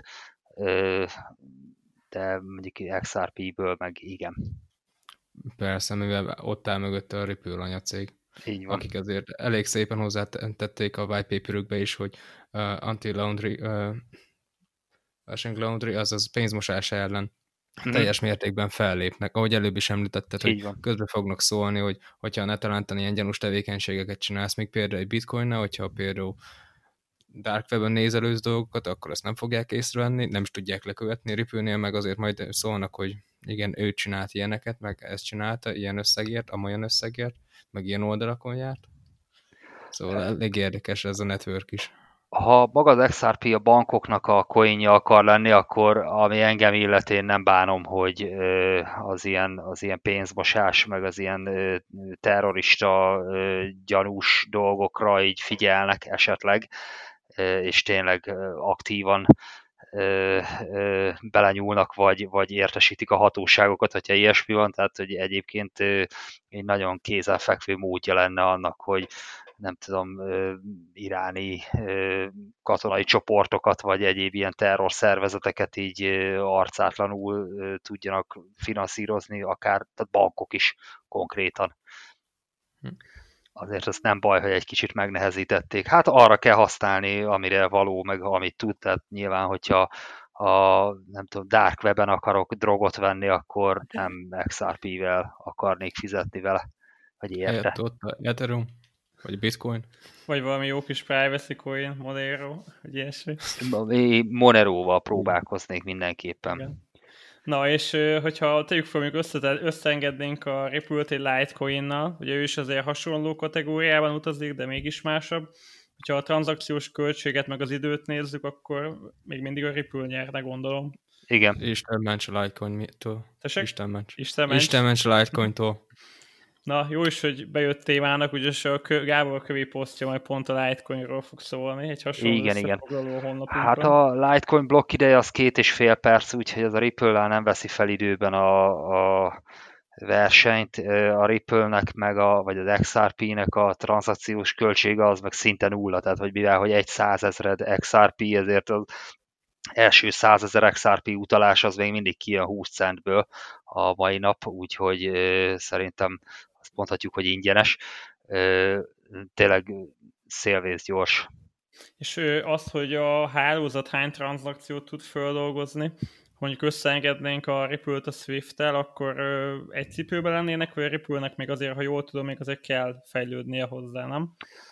de mondjuk X R P-ből meg igen. Persze, mivel ott áll mögötte a Ripple anyacég. Így van. Akik azért elég szépen hozzátették a white paperükbe is, hogy uh, anti-laundry, uh, laundry, azaz pénzmosás ellen mm-hmm. teljes mértékben fellépnek. Ahogy előbb is említetted, hogy közben fognak szólni, hogy hogyha netalántan ilyen gyanús tevékenységeket csinálsz, még például egy bitcoinnal, hogyha például dark webben nézelőz dolgokat, akkor azt nem fogják észrevenni, nem is tudják lekövetni. Ripple-nél meg azért majd szólnak, hogy igen, ő csinált ilyeneket, meg ezt csinálta, ilyen összegért, amolyan összegért, meg ilyen oldalakon járt. Szóval elég érdekes ez a network is. Ha maga az X R P a bankoknak a coinja akar lenni, akkor ami engem illet, én nem bánom, hogy az ilyen, az ilyen pénzmosás, meg az ilyen terrorista gyanús dolgokra így figyelnek esetleg, és tényleg aktívan belenyúlnak, vagy, vagy értesítik a hatóságokat, hogyha ilyesmi van, tehát hogy egyébként egy nagyon kézenfekvő módja lenne annak, hogy nem tudom, iráni katonai csoportokat, vagy egyéb ilyen terrorszervezeteket így arcátlanul tudjanak finanszírozni, akár tehát bankok is konkrétan. Azért ez nem baj, hogy egy kicsit megnehezítették. Hát arra kell használni, amire való, meg amit tud, tehát nyilván, hogyha a, nem tudom, dark weben akarok drogot venni, akkor nem X R P-vel akarnék fizetni vele, vagy érte. Ott Ethereum, vagy Bitcoin. Vagy valami jó kis privacy coin, Monero, vagy ilyesmi. Moneróval próbálkoznék mindenképpen. Igen. Na, és hogyha tegyük fel, még összeengednénk a Ripple-t egy Litecoin-nal, ugye ő is azért hasonló kategóriában utazik, de mégis másabb. Ha a tranzakciós költséget meg az időt nézzük, akkor még mindig a Ripple nyerne, gondolom. Igen. Isten ments a Litecoin-tól. Isten ments. Isten ments. Isten ments a Litecoin-tól. Na, jó is, hogy bejött témának, ugyanis a Gábor Kövi posztja majd pont a Litecoinról fog szólni, egy hasonló igen, igen. honlapunkon. Hát a Litecoin blokk ideje az két és fél perc, úgyhogy az a Ripple-nál nem veszi fel időben a, a versenyt. A Ripple-nek meg a, vagy az X R P-nek a tranzakciós költsége az meg szinte nulla, tehát hogy mivel, hogy egy százezred X R P, ezért az első százezer X R P utalás az még mindig kijön húsz centből a mai nap, úgyhogy szerintem azt mondhatjuk, hogy ingyenes. Tényleg szélvész gyors. És azt, hogy a hálózat hány tranzakciót tud földolgozni, mondjuk összeengednénk a Ripple-t a Swift-tel, akkor egy cipőben lennének, vagy a Ripple-nek még azért, ha jól tudom, még azért kell fejlődnie hozzá, nem?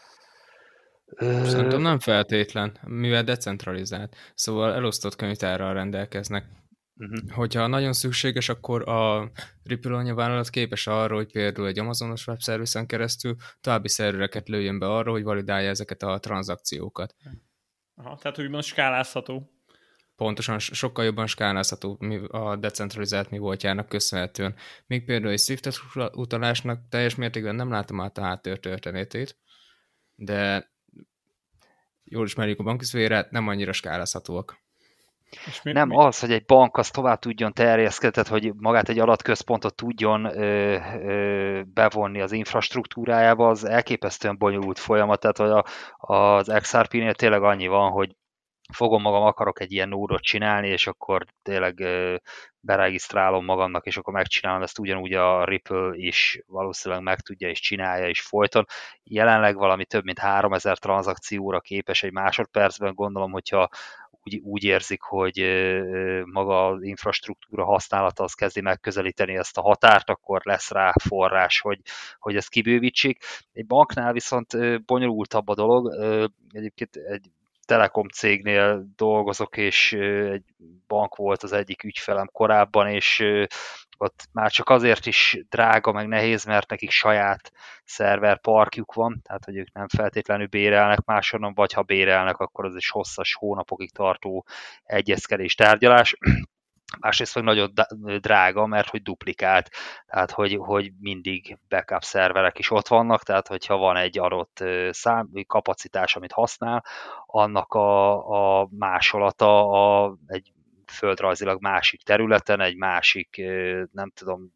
Szerintem nem feltétlen, mivel decentralizált. Szóval elosztott könyvtárral rendelkeznek. Uh-huh. Hogyha nagyon szükséges, akkor a Ripple anyavállalat képes arra, hogy például egy Amazonos webszervisen keresztül további szervereket lőjön be arra, hogy validálja ezeket a tranzakciókat. Aha, tehát úgymond skálázható. Pontosan, sokkal jobban skálázható a decentralizált mi voltjának köszönhetően. Még például egy Swift utalásnak teljes mértékben nem látom át a háttér történetét, de jól ismerjük a banki szférát, nem annyira skálázhatóak. Mi, nem mi? az, hogy egy bank az tovább tudjon terjeszkedni, tehát hogy magát egy adatközpontot tudjon ö, ö, bevonni az infrastruktúrájába, az elképesztően bonyolult folyamat, tehát hogy a, az iksz er pé-nél tényleg annyi van, hogy fogom magam, akarok egy ilyen nódot csinálni, és akkor tényleg ö, beregisztrálom magamnak, és akkor megcsinálom ezt, ugyanúgy a Ripple is valószínűleg meg tudja, és csinálja, és folyton. Jelenleg valami több mint háromezer tranzakcióra képes egy másodpercben, gondolom, hogyha úgy, úgy érzik, hogy ö, maga az infrastruktúra használata az kezdi megközelíteni ezt a határt, akkor lesz rá forrás, hogy, hogy ezt kibővítsék. Egy banknál viszont ö, bonyolultabb a dolog. Ö, egyébként egy telekom cégnél dolgozok, és egy bank volt az egyik ügyfelem korábban, és ott már csak azért is drága, meg nehéz, mert nekik saját szerverparkjuk van, tehát hogy ők nem feltétlenül bérelnek máshonnan, vagy ha bérelnek, akkor az is hosszas hónapokig tartó egyezkedés, tárgyalás. Másrészt meg nagyon drága, mert hogy duplikált, tehát hogy, hogy mindig backup szerverek is ott vannak, tehát hogyha van egy adott szám, kapacitás, amit használ, annak a, a másolata a, egy földrajzilag másik területen, egy másik, nem tudom,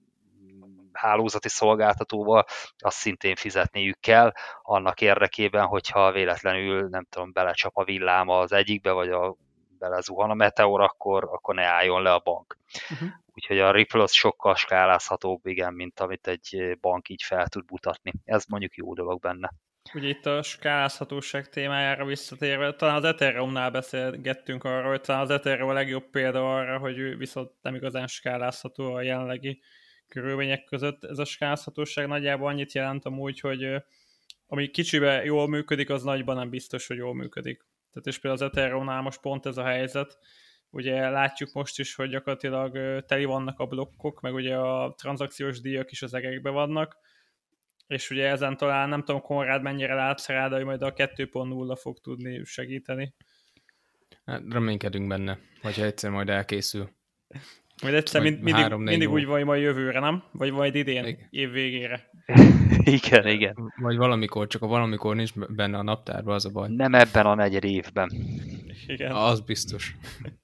hálózati szolgáltatóval, azt szintén fizetniük kell, annak érdekében, hogyha véletlenül, nem tudom, belecsap a villám az egyikbe, vagy a belezuhan a meteor, akkor, akkor ne álljon le a bank. Uh-huh. Úgyhogy a Ripple az sokkal skálázhatóbb, igen, mint amit egy bank így fel tud mutatni. Ez mondjuk jó dolog benne. Ugye itt a skálázhatóság témájára visszatérve, talán az Ethereumnál beszélgettünk arról, hogy talán az Ethereum a legjobb példa arra, hogy ő viszont nem igazán skálázható a jelenlegi körülmények között. Ez a skálázhatóság nagyjából annyit jelent amúgy, hogy ami kicsibe jól működik, az nagyban nem biztos, hogy jól működik. Tehát és például az Ethereumnál most pont ez a helyzet. Ugye látjuk most is, hogy gyakorlatilag teli vannak a blokkok, meg ugye a tranzakciós díjak is az egekbe vannak, és ugye ezen talán nem tudom, Konrád mennyire látsz rá, de majd a kettő pont nulla fog tudni segíteni. Hát, reménykedünk benne, hogyha egyszer majd elkészül. Majd egyszer mind, mindig, mindig úgy van, majd jövőre, nem? Vagy majd idén, igen. Év végére. Igen, igen. Vagy valamikor, csak a valamikor nincs benne a naptárban, az a baj. Nem ebben a negyed évben. Igen. Az biztos.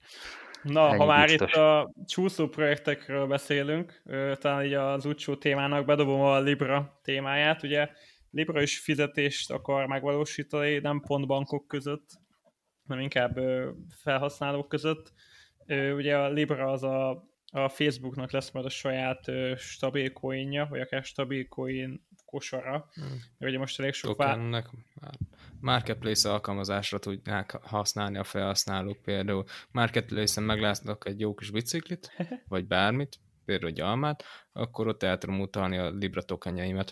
Na, Ennyi ha már biztos. itt a csúszó projektekről beszélünk, talán így az utcsó témának bedobom a Libra témáját. Ugye Libra is fizetést akar megvalósítani, nem pont bankok között, hanem inkább felhasználók között. Ugye a Libra az a, a Facebooknak lesz majd a saját stabil coinja, vagy akár stabil coin kosara. Hmm. Ugye most elég sok vá... Marketplace alkalmazásra tudják használni a felhasználók például. Marketplace-en meglátnak egy jó kis biciklit, vagy bármit, például egy almát, akkor ott el tudom utalni a Libra tokenjeimet.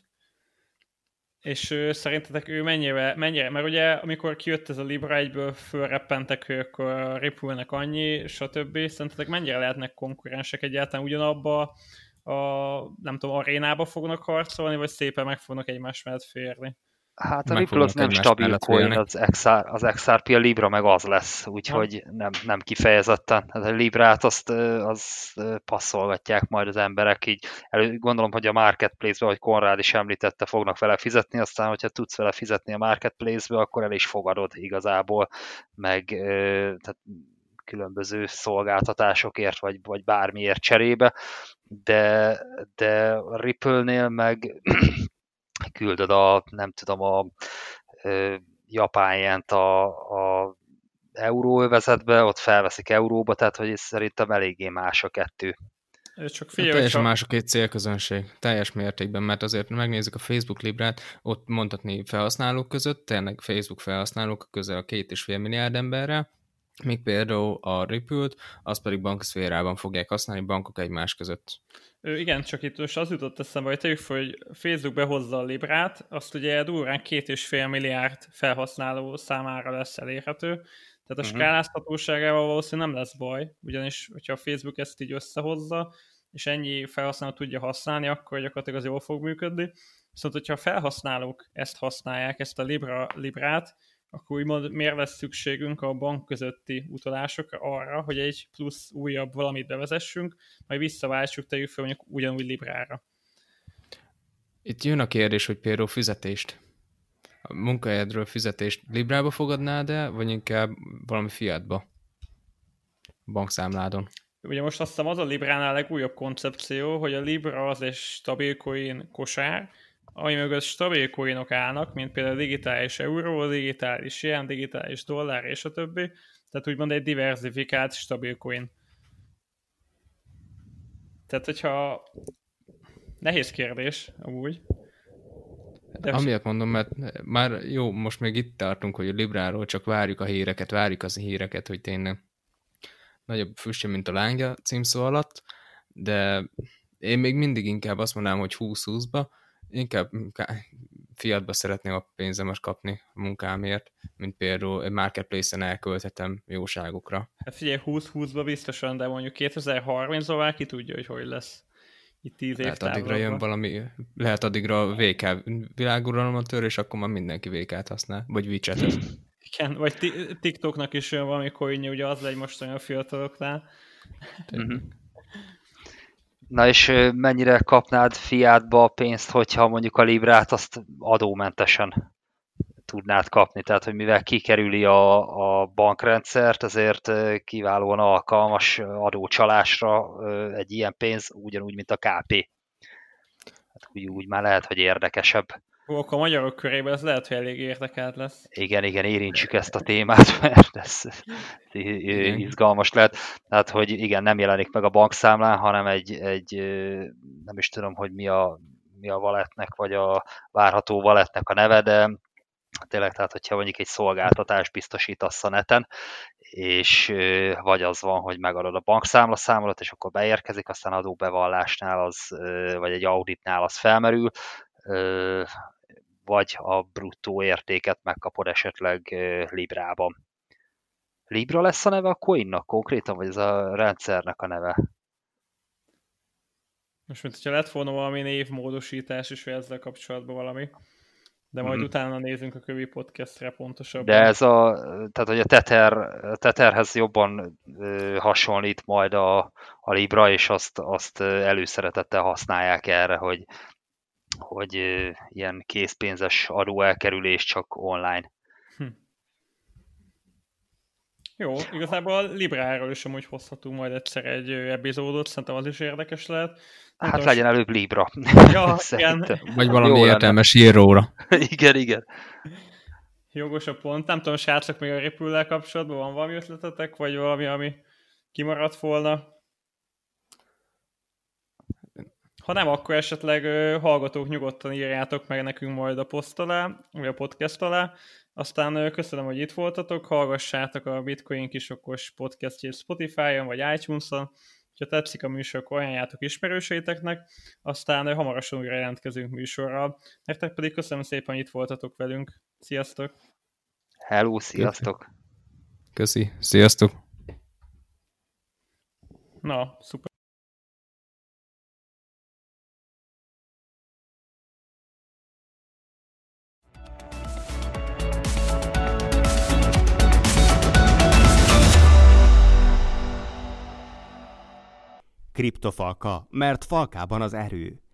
És ő, szerintetek ő mennyire, mennyire, mert ugye amikor kijött ez a Libra, egyből fölreppentek ők a Ripple-nek annyi, stb. Szerintetek mennyire lehetnek konkurensek egyáltalán ugyanabba a, nem tudom, arénába fognak harcolni, vagy szépen meg fognak egymás mellett férni? Hát a Ripple az nem stabil coin, az, iksz er, az iksz er pé, a Libra meg az lesz, úgyhogy nem, nem kifejezetten. Hát a Librát azt, az passzolgatják majd az emberek, így elő, gondolom, hogy a Marketplace-be, ahogy Konrád is említette, fognak vele fizetni, aztán, hogyha tudsz vele fizetni a Marketplace-be, akkor el is fogadod igazából, meg tehát különböző szolgáltatásokért, vagy, vagy bármiért cserébe, de, de a Ripple-nél meg küldöd a, nem tudom, a ö, japán jent a, a euróövezetbe, ott felveszik euróba, tehát hogy szerintem eléggé más a kettő. Csak figyelj, teljesen csak... más a két célközönség, teljes mértékben, mert azért megnézzük a Facebook Librát, ott mondhatni felhasználók között, tényleg Facebook felhasználók közel a két és fél milliárd emberrel, míg például a Ripple-t, azt pedig bankszférában fogják használni bankok egymás között. Ö, igen, csak itt most az jutott eszembe, hogy tegyük fel, hogy Facebook behozza a Librát, azt ugye durván két és fél milliárd felhasználó számára lesz elérhető, tehát a uh-huh. skálázhatóságával valószínűleg nem lesz baj, ugyanis hogyha a Facebook ezt így összehozza, és ennyi felhasználó tudja használni, akkor gyakorlatilag az jól fog működni. Viszont hogyha a felhasználók ezt használják, ezt a Libra, Librát, akkor úgymond miért lesz szükségünk a bank közötti utalásokra arra, hogy egy plusz újabb valamit bevezessünk, majd visszaváltsuk, tegyük fel mondjuk ugyanúgy Librára. Itt jön a kérdés, hogy például fizetést. A munkahelyedről fizetést Librába fogadnád el, vagy inkább valami fiatba? bankszámládon. Ugye most azt hiszem az a Libránál a legújabb koncepció, hogy a Libra az egy stabil coin kosár, ami mögött stabil coinok állnak, mint például digitális euró, digitális yen, digitális dollár és a többi. Tehát úgymond egy diversifikált stabil coin. Tehát, hogyha nehéz kérdés, amúgy. De amiatt mondom, mert már jó, most még itt tartunk, hogy a Libráról csak várjuk a híreket, várjuk az híreket, hogy tényleg nagyobb füstje, mint a lángja címszó alatt, de én még mindig inkább azt mondanám, hogy húsz-húszba, inkább fiatba szeretném a pénzemet kapni a munkámért, mint például egy marketplace-en elkölthetem jóságokra. Hát figyelj, húsz-húszba biztosan, de mondjuk kétezer-harmincban már ki tudja, hogy hogy lesz. Itt tíz év lehet addigra jön valami, lehet addigra vé ká világuralom a tör, és akkor már mindenki vé kát használ, vagy WeChat-et. Igen, vagy TikToknak is jön valami coinja, ugye az legy most olyan fiataloknál. Mm-hmm. Na és mennyire kapnád fiátba a pénzt, hogyha mondjuk a Librát azt adómentesen tudnád kapni? Tehát, hogy mivel kikerüli a, a bankrendszert, ezért kiválóan alkalmas adócsalásra egy ilyen pénz, ugyanúgy, mint a ká pé. Hát úgy, úgy már lehet, hogy érdekesebb. Ó, akkor a magyarok körében ez lehet, hogy elég érdekelt lesz. Igen, igen, érintsük ezt a témát, mert ez izgalmas lehet. Tehát, hogy igen, nem jelenik meg a bankszámlán, hanem egy, egy nem is tudom, hogy mi a, mi a walletnek, vagy a várható walletnek a neve, de tényleg, tehát, hogyha mondjuk egy szolgáltatást biztosítasz a neten, és vagy az van, hogy megadod a bankszámla számolat, és akkor beérkezik, aztán adóbevallásnál az, vagy egy auditnál az felmerül, vagy a bruttó értéket megkapod esetleg Librában. Libra lesz a neve a coinnak konkrétan, vagy ez a rendszernek a neve? Most, mint hogyha lett volna valami névmódosítás is, vagy ezzel kapcsolatban valami. De majd mm-hmm. utána nézzünk a kövi podcastre pontosabban. De ez a, tehát hogy a Tether, a Tetherhez jobban ö, hasonlít majd a, a Libra, és azt, azt előszeretettel használják erre, hogy hogy ö, ilyen készpénzes adóelkerülés csak online. Hm. Jó, igazából a Libráról is amúgy hozhatunk majd egyszer egy epizódot, szerintem az is érdekes lehet. Nem hát legyen előbb Libra. Ja, igen. Vagy valami jó értelmes íróra. Igen, igen. Jogos a pont. Nem tudom, srácok, még a Ripple-lel kapcsolatban van valami ötletetek, vagy valami, ami kimaradt volna? Ha nem, akkor esetleg uh, hallgatók nyugodtan írjátok meg nekünk majd a poszt alá, vagy a podcast alá. Aztán uh, köszönöm, hogy itt voltatok, hallgassátok a Bitcoin kisokos podcastjét Spotify-on, vagy iTunes-on. Ha tetszik a műsor, akkor ajánljátok ismerőseiteknek. Aztán uh, hamarosan újra jelentkezünk műsorral. Nektek pedig köszönöm szépen, hogy itt voltatok velünk. Sziasztok! Hello, sziasztok! Köszi, sziasztok! Na, szuper! Kriptofalka, mert falkában az erő.